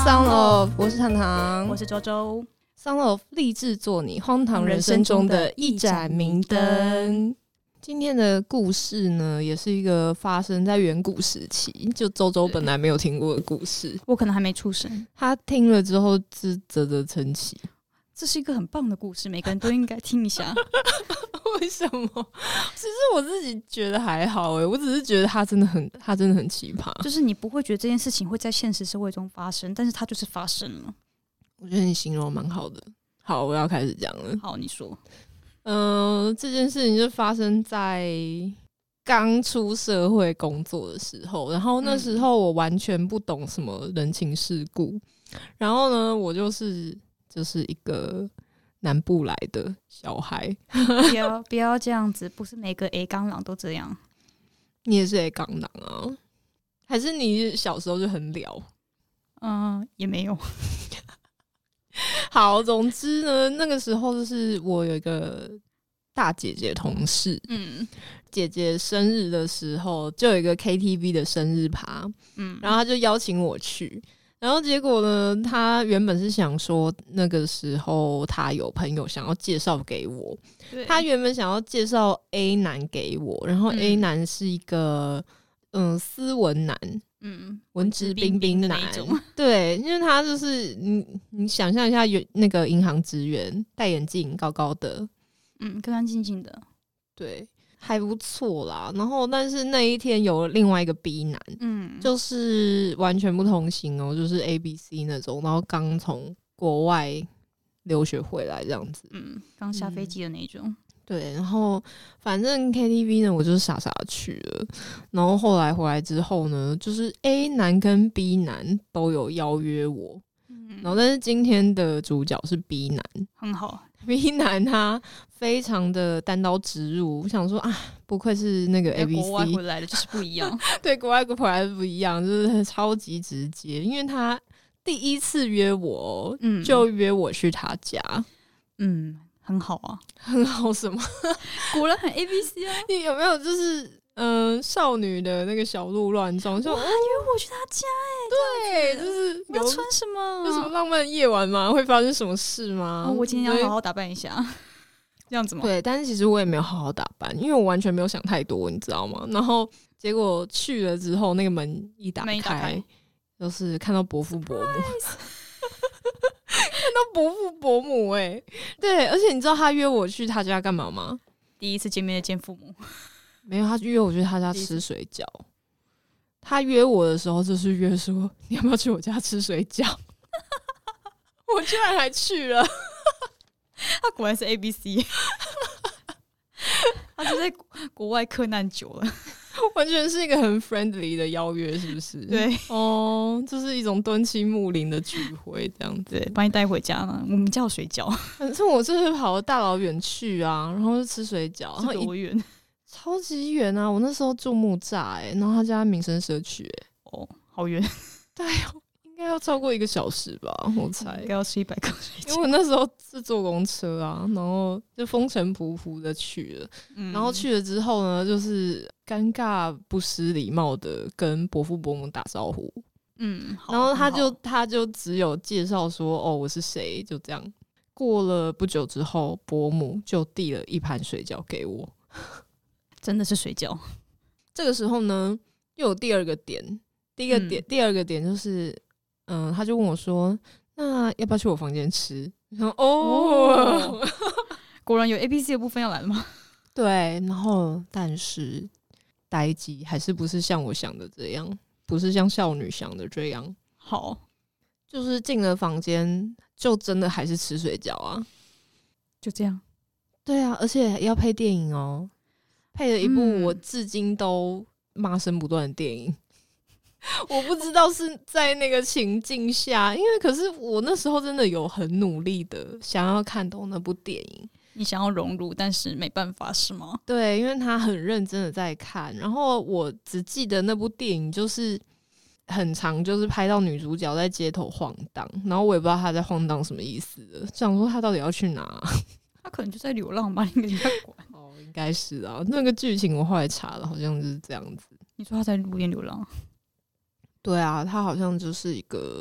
Sound of， 我是糖糖， 我是周周。 Sound of 立志做你荒唐人生中的一盏明灯。今天的故事呢，也是一个发生在远古时期，就周周本来没有听过的故事。 我可能还没出生， 他听了之后是啧啧称奇。 这是一个很棒的故事，每个人都应该听一下。 为什么？其实我自己觉得还好我只是觉得他真的很奇葩。 就是你不会觉得这件事情会在现实社会中发生，但是它就是发生了。 我觉得你形容蛮好的。好，我要开始讲了。 好，你说。 这件事情就发生在刚出社会工作的时候，然后那时候我完全不懂什么人情世故，然后呢，我就是一个南部来的小孩。 不要这样子，不是每个 A 钢狼都这样。 你也是 A 钢狼啊？还是你小时候就很撩？ 也没有。 好，总之呢，那个时候就是我有一个大姐姐同事，姐姐生日的时候就有一个 KTV 的生日趴，然后她就邀请我去，然后结果呢，她原本是想说那个时候她有朋友想要介绍给我，她原本想要介绍 A 男给我，然后 A 男是一个斯文男。文质彬彬男，对，因为他就是你想象一下，那个银行职员，戴眼镜，高高的， 干干净净的， 对，还不错啦。然后，但是那一天有另外一个 B 男，就是完全不同型哦，就是 ABC 那种，然后刚从国外留学回来这样子， 刚下飞机的那种。 对，然后反正 KTV 呢，我就是傻傻的去了。然后后来回来之后呢，就是 A 男跟 B 男都有邀约我，然后但是今天的主角是 B 男， 很好。 B 男他非常的单刀直入，我想说啊，不愧是那个 ABC， 国外回来的就是不一样。 对，国外回来的不一样，就是超级直接，因为他第一次约我，就约我去他家， 很好啊。 很好什么？ 果然很 ABC 啊！ 你有没有就是少女的那个小鹿乱撞？说约我去他家对，就是要穿什么？ 有什么浪漫的夜晚吗？会发生什么事吗？ 我今天要好好打扮一下，这样子吗？ 对，但是其实我也没有好好打扮，因为我完全没有想太多，你知道吗？然后结果去了之后，那个门一打开，就是看到伯父伯母。看到伯父伯母对，而且你知道他约我去他家干嘛吗？ 第一次见面的见父母。 没有，他约我去他家吃水饺。他约我的时候就是约说你要不要去我家吃水饺。我居然还去了。 他果然是 ABC。 他就在国外克难久了。 完全是一个很 friendly 的邀约，是不是？ 对， 就是一种敦亲睦邻的聚会这样子。 对，把你带回家呢，我们家有水饺。 反正我就是跑了大老远去啊，然后就吃水饺。然后多远？ 超级远啊！我那时候住木栅然后他家民生社区好远。 对，应该要超过1个小时吧，我猜。 应该要吃100颗水饺。 因为我那时候是坐公车啊，然后就风尘仆仆的去了。然后去了之后呢，就是尴尬不失礼貌的跟伯父伯母打招呼。然后他就只有介绍说我是谁，就这样。过了不久之后，伯母就递了一盘水饺给我。 真的是水饺。 这个时候呢，又有第二个点。第二个点就是，他就问我说：“那要不要去我房间吃？”然后果然有 ABC 的部分要来了吗？ 对，然后但是呆机还是不是像我想的这样，不是像少女想的这样。 好， 就是进了房间，就真的还是吃水饺啊， 就这样。 对啊，而且要配电影配了一部我至今都骂声不断的电影。我不知道是在那个情境下，因为可是我那时候真的有很努力的想要看懂那部电影。 你想要融入，但是没办法是吗？ 对，因为他很认真的在看，然后我只记得那部电影就是很长，就是拍到女主角在街头晃荡，然后我也不知道她在晃荡什么意思的，想说她到底要去哪。 她可能就在流浪吧，你应该管。 应该是啊，那个剧情我后来查了，好像就是这样子。 你说她在路边流浪？ 对啊，她好像就是一个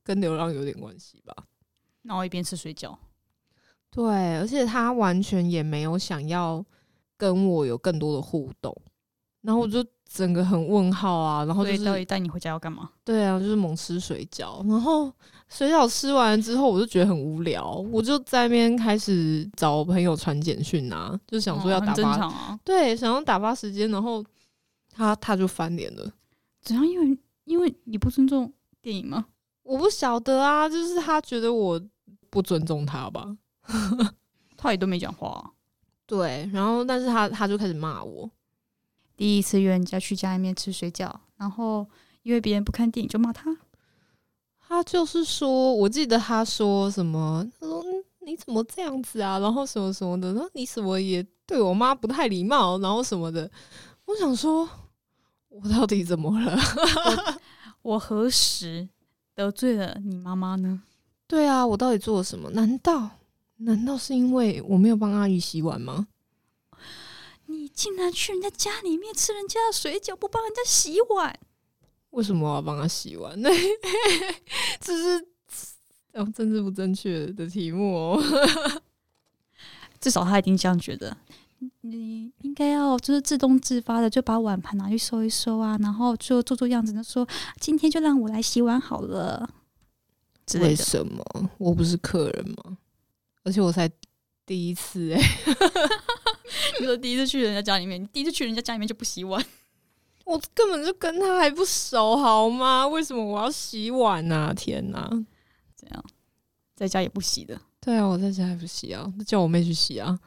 跟流浪有点关系吧。 然后一边吃水饺， 对，而且他完全也没有想要跟我有更多的互动，然后我就整个很问号啊，然后就是所以到底带你回家要干嘛？ 对啊，就是猛吃水饺，然后水饺吃完之后，我就觉得很无聊，我就在那边开始找朋友传简讯啊，就想说要打发， 很正常啊。 对，想要打发时间，然后他就翻脸了。 怎样？因为你不尊重电影吗？ 我不晓得啊，就是他觉得我不尊重他吧。 他也都没讲话啊。 对，然后但是他就开始骂我。 第一次约人家去家里面吃水饺，然后因为别人不看电影就骂他。 他就是说，我记得他说什么，他说你怎么这样子啊，然后什么什么的，然后你什么也对我妈不太礼貌，然后什么的。我想说，我到底怎么了？ 我何时得罪了你妈妈呢？ 对啊，我到底做了什么？难道是因为我没有帮阿姨洗碗吗？ 你竟然去人家家里面吃人家的水饺，不帮人家洗碗？ 为什么我要帮他洗碗？这是政治不正确的题目哦。 至少他一定这样觉得。你应该要就是自动自发的就把碗盘拿去收一收啊，然后就做样子，就说今天就让我来洗碗好了之类的。 为什么？我不是客人吗？而且我才第一次你说第一次去人家家里面，你第一次去人家家里面就不洗碗， 我根本就跟他还不熟好吗？为什么我要洗碗啊？天哪！ 这样在家也不洗的。 对啊，我在家还不洗啊，叫我妹去洗啊。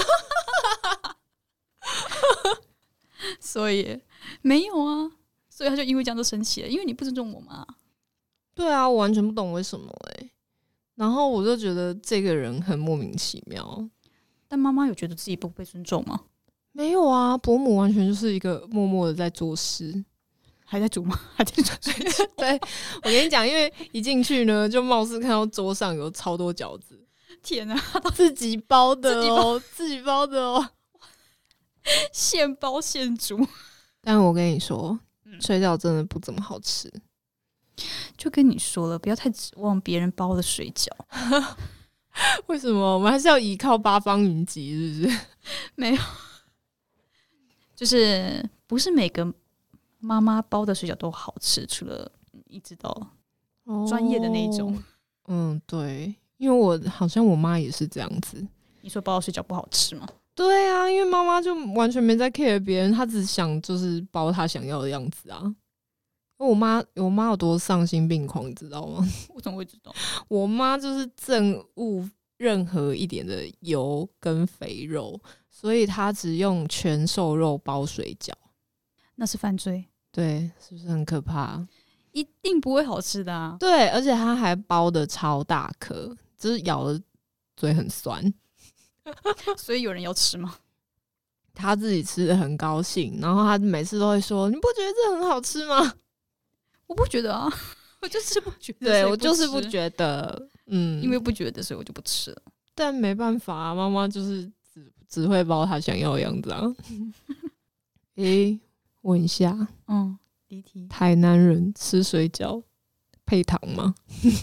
所以没有啊，所以他就因为这样就生气了，因为你不尊重我嘛。 对啊，我完全不懂为什么然后我就觉得这个人很莫名其妙。 但妈妈有觉得自己不被尊重吗？ 没有啊，伯母完全就是一个默默的在做事。 还在煮吗？还在煮水饺？ 对，我跟你讲，因为一进去呢，就貌似看到桌上有超多饺子。 天啊， 自己包的哦，自己包的哦， 现包现煮。 但我跟你说，水饺真的不怎么好吃。 就跟你说了，不要太指望别人包的水饺。 为什么？我们还是要依靠八方云集，是不是？ 没有，就是不是每个妈妈包的水饺都好吃，除了你知道专业的那一种。 对，因为我好像我妈也是这样子。 你说包的水饺不好吃吗？ 对啊，因为妈妈就完全没在 care 别人，她只想就是包她想要的样子啊。我妈有多丧心病狂，你知道吗？ 我怎么会知道？ 我妈就是憎恶任何一点的油跟肥肉，所以她只用全瘦肉包水饺。 那是犯罪。 对，是不是很可怕？ 一定不会好吃的啊！ 对，而且她还包的超大颗，就是咬的嘴很酸。 所以有人要吃吗？ 她自己吃的很高兴，然后她每次都会说：“你不觉得这很好吃吗？” 我不觉得啊，我就是不觉得。 对，我就是不觉得， 因为不觉得，所以我就不吃了。 但没办法啊，妈妈就是只会包她想要的样子啊。问一下， 离题， 台南人吃水饺配糖吗？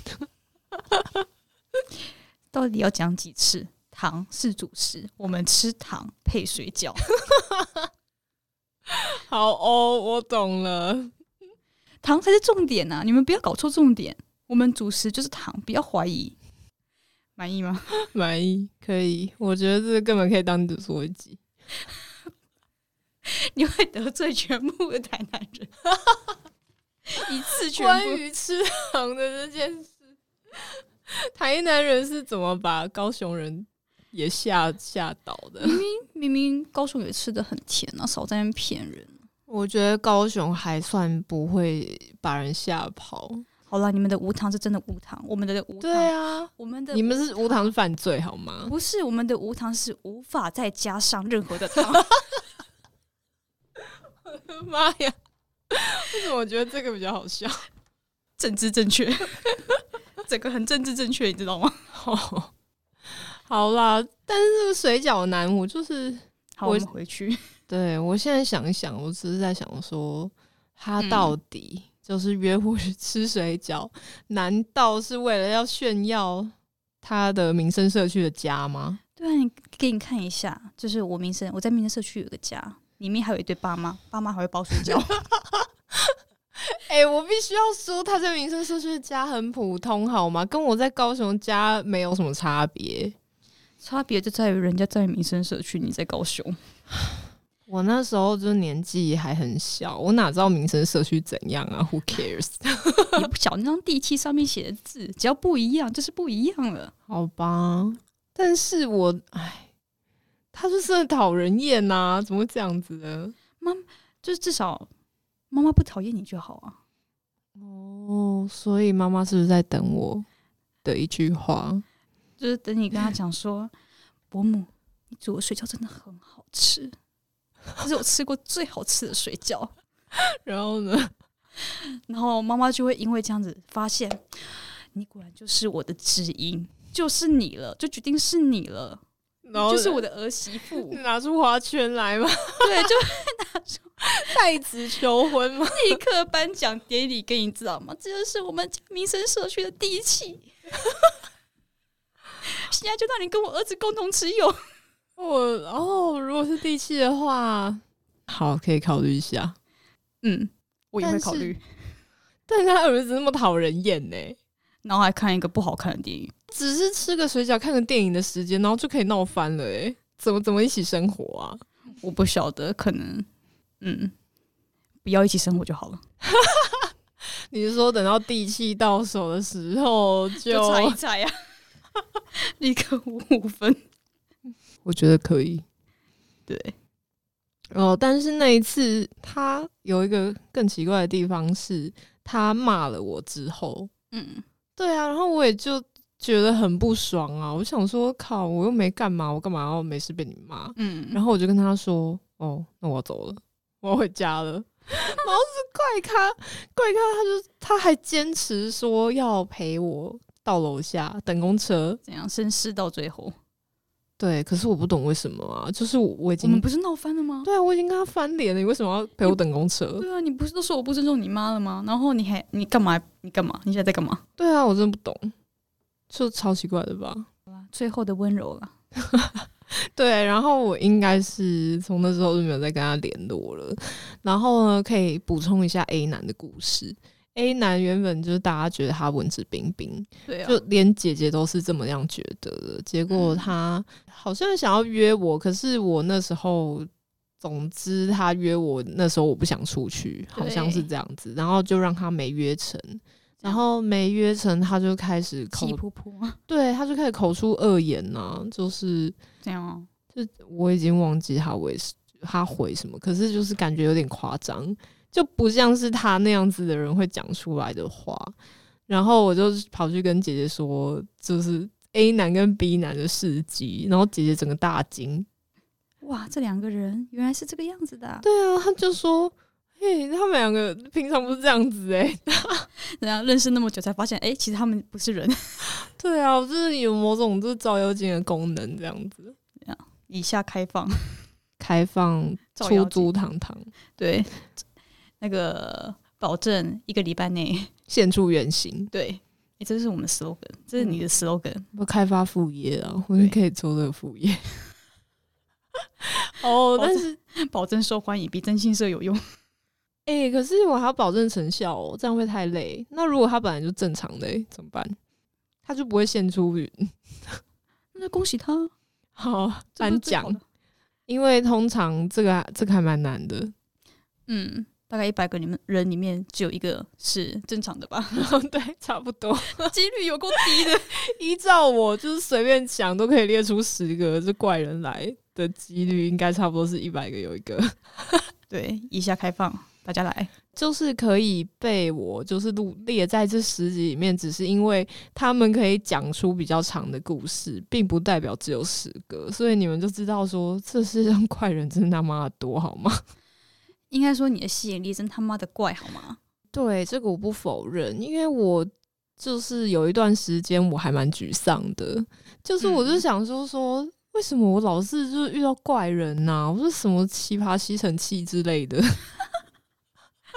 到底要讲几次？糖是主食，我们吃糖配水饺。 好哦，我懂了。 糖才是重点啊！你们不要搞错重点。我们主食就是糖，不要怀疑。满意吗？ 满意，可以。我觉得这个根本可以当主说一集。 你会得罪全部的台南人，一次全部。 关于吃糖的这件事，台南人是怎么把高雄人也吓倒的？ 明明高雄也吃得很甜啊，少在那边骗人。 我觉得高雄还算不会把人吓跑。 好啦，你们的无糖是真的无糖，我们的无糖， 对啊，你们是无糖是犯罪好吗？ 不是，我们的无糖是无法再加上任何的糖。 妈呀！为什么我觉得这个比较好笑？ 政治正确，整个很政治正确，你知道吗？ 好啦，但是这个水饺难，我就是好，我们回去。 对，我现在想一想，我只是在想说，他到底就是约我去吃水饺，难道是为了要炫耀他的民生社区的家吗？ 对啊，给你看一下，就是我在民生社区有个家，里面还有一对爸妈还会包水饺。 我必须要说，他在民生社区的家很普通，好吗？跟我在高雄家没有什么差别。 差别就在于人家在民生社区，你在高雄。 我那时候就年纪还很小，我哪知道民生社区怎样啊 ？Who cares？ 你不晓得那张地契上面写的字，只要不一样就是不一样了， 好吧？但是他就是很讨人厌呐，怎么会这样子的？ 就是至少妈妈不讨厌你就好啊。 所以妈妈是不是在等我的一句话？ 就是等你跟她讲说，伯母，你煮的水饺真的很好吃。这是我吃过最好吃的水饺。 然后呢？ 然后妈妈就会因为这样子发现，你果然就是我的知音，就是你了，就决定是你了，就是我的儿媳妇。 拿出花圈来吗？ 对，就会拿出太子求婚吗？ 立刻颁奖典礼给你，知道吗？这就是我们民生社区的地契。现在就让你跟我儿子共同持有。 如果是地契的话，好，可以考虑一下。 我也会考虑。 但是他儿子那么讨人厌呢， 然后还看一个不好看的电影， 只是吃个水饺、看个电影的时间，然后就可以闹翻了哎，怎么一起生活啊？ 我不晓得，可能不要一起生活就好了。 你是说等到地契到手的时候就猜一猜啊？立刻5分。 我觉得可以。 对。 但是那一次他有一个更奇怪的地方是，他骂了我之后，对啊，然后我也就觉得很不爽啊。我想说，靠，我又没干嘛，我干嘛要没事被你骂？然后我就跟他说，那我要走了，我要回家了。然后是怪咖，他还坚持说要陪我到楼下等公车， 怎样绅士到最后？ 对，可是我不懂为什么啊？就是我们不是闹翻了吗？ 对啊，我已经跟他翻脸了，你为什么要陪我等公车？ 对啊，你不是都说我不尊重你妈了吗？然后你干嘛？你现在在干嘛？ 对啊，我真的不懂，就超奇怪的吧？ 最后的温柔了。 对，然后我应该是从那时候就没有再跟他联络了。然后呢，可以补充一下 A 男的故事。A 男原本就是大家觉得他文质彬彬， 对啊， 就连姐姐都是这么样觉得的。结果他好像想要约我，可是我那时候，总之他约我那时候我不想出去，好像是这样子，然后就让他没约成。然后没约成，他就开始对，他就开始口出恶言啊，就是这样啊， 就我已经忘记他回什么，可是就是感觉有点夸张。就不像是他那样子的人会讲出来的话，然后我就跑去跟姐姐说，就是 A 男跟 B 男的事迹，然后姐姐整个大惊， 哇，这两个人原来是这个样子的啊。 对啊，他就说，嘿，他们两个平常不是这样子然后认识那么久才发现，其实他们不是人。 对啊，就是有某种就是照妖镜的功能这样子。 以下开放出租堂堂， 对。那个保证1个礼拜内现出原形。 对，这是我们的 slogan， 这是你的 slogan。 我开发副业啊，我可以做这个副业。但是保证受欢迎，比征信社有用。 可是我还要保证成效这样会太累。那如果他本来就正常的怎么办？他就不会现出云。 那就恭喜他。 好，颁奖。因为通常这个还蛮难的。 大概100个人里面只有1个是正常的吧。 对，差不多。 几率有够低的。 依照我就是随便想都可以列出10个是怪人来的几率，应该差不多是100个有1个。 对，以下开放，大家来。 就是可以被我就是列在这10集里面，只是因为他们可以讲出比较长的故事，并不代表只有10个，所以你们就知道说这世上怪人真他妈的多好吗？ 应该说你的吸引力真他妈的怪好吗？ 对，这个我不否认，因为我就是有一段时间我还蛮沮丧的，就是我就想说为什么我老是就是遇到怪人啊，我说什么奇葩吸尘器之类的。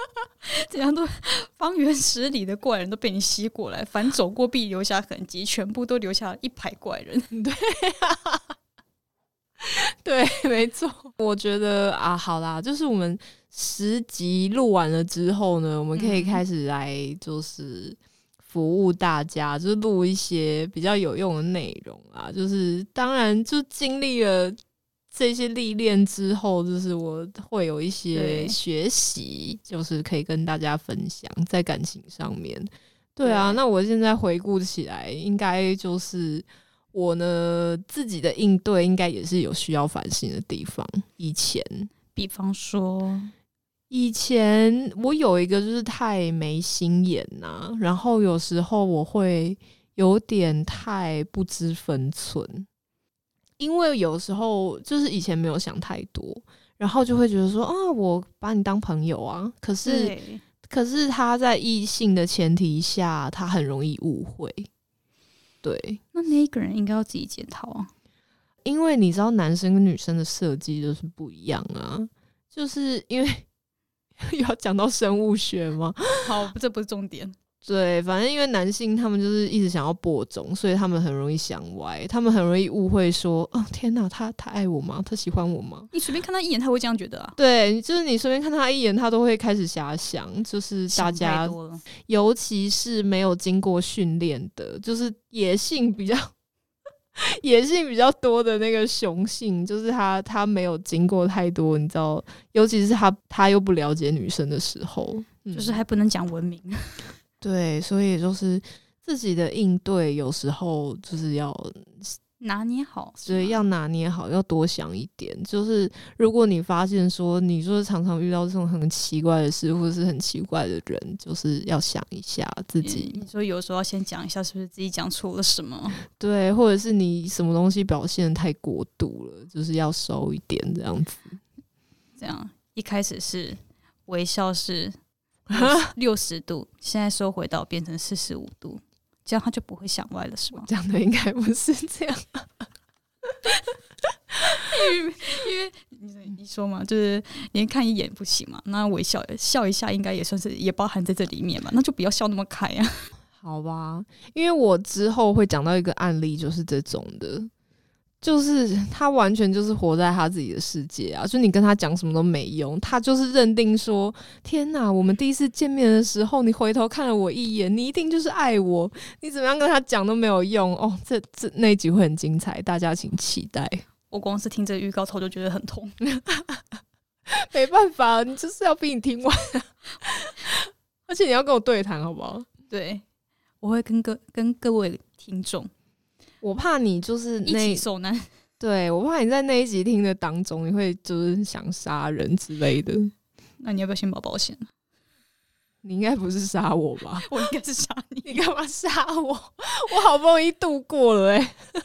这样都方圆10里的怪人都被你吸过来，凡走过必留下痕迹，全部都留下一排怪人。 对啊，对，没错。我觉得啊，好啦，就是我们10集录完了之后呢，我们可以开始来就是服务大家，就是录一些比较有用的内容啊。就是当然，就经历了这些历练之后，就是我会有一些学习，就是可以跟大家分享在感情上面。对啊，那我现在回顾起来，应该就是我呢自己的应对，应该也是有需要反省的地方。 比方说， 以前我有一个就是太没心眼啊，然后有时候我会有点太不知分寸。因为有时候就是以前没有想太多，然后就会觉得说啊，我把你当朋友啊，可是他在异性的前提下，他很容易误会。对， 那一个人应该要自己检讨啊， 因为你知道男生跟女生的设计就是不一样啊，就是因为又要讲到生物学吗？ 好，这不是重点。 对，反正因为男性他们就是一直想要播种，所以他们很容易想歪，他们很容易误会说，哦，天哪，他爱我吗？他喜欢我吗？ 你随便看他一眼，他会这样觉得啊？ 对，就是你随便看他一眼，他都会开始遐想。就是大家，尤其是没有经过训练的，就是野性比较多的那个雄性，就是他没有经过太多，你知道，尤其是他又不了解女生的时候， 就是还不能讲文明。 对，所以就是自己的应对有时候就是要拿捏好， 对，要拿捏好，要多想一点。就是如果你发现说你说常常遇到这种很奇怪的事，或者是很奇怪的人，就是要想一下自己。 你说有时候要先讲一下，是不是自己讲错了什么？ 对，或者是你什么东西表现得太过度了，就是要收一点这样子。 这样一开始是微笑是60度，现在收回到变成45度，这样他就不会想歪了，是吗？ 讲的应该不是这样。 因为你说嘛，就是连看一眼不行嘛，那微笑笑一下应该也算是也包含在这里面嘛，那就不要笑那么开啊。 好吧，因为我之后会讲到一个案例，就是这种的，就是他完全就是活在他自己的世界啊，就你跟他讲什么都没用，他就是认定说，天哪，我们第一次见面的时候，你回头看了我一眼，你一定就是爱我，你怎么样跟他讲都没有用哦。那一集会很精彩，大家请期待。 我光是听这个预告头就觉得很痛。 没办法，你就是要逼你听完而且你要跟我对谈好不好？ 对，我会跟各位听众， 我怕你就是一起受难。 对，我怕你在那一集听的当中，你会就是想杀人之类的。 那你要不要先保保险？ 你应该不是杀我吧？ 我应该是杀你。 你干嘛杀我？我好不容易度过了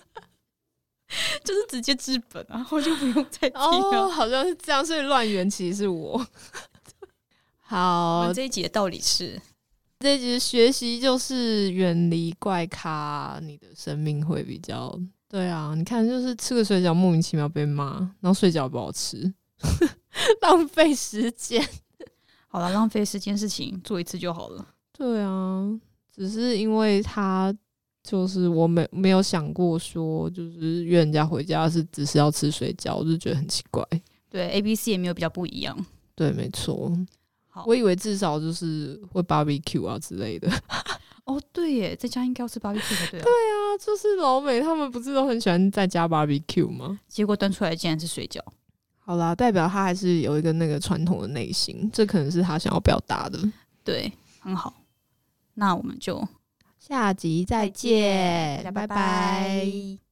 就是直接治本啊，我就不用再听了。 哦，好像是这样，所以乱源其实是我。好， 我们这一集的道理是， 这一集学习就是远离怪咖，你的生命会比较。对啊，你看，就是吃个水饺莫名其妙被骂，然后水饺不好吃，浪费时间。 好了，浪费时间事情做一次就好了。 对啊，只是因为他就是我没有想过说，就是约人家回家只是要吃水饺，我就觉得很奇怪。 对 ，ABC 也没有比较不一样。 对，没错。我以为至少就是会 barbecue 啊之类的。 哦，对耶，在家应该要吃 barbecue 才对啊。 对啊，就是老美他们不是都很喜欢在家 barbecue 吗？ 结果端出来竟然是水饺。 好啦，代表他还是有一个那个传统的内心，这可能是他想要表达的。 对，很好。那我们就下集再见， 大家拜拜。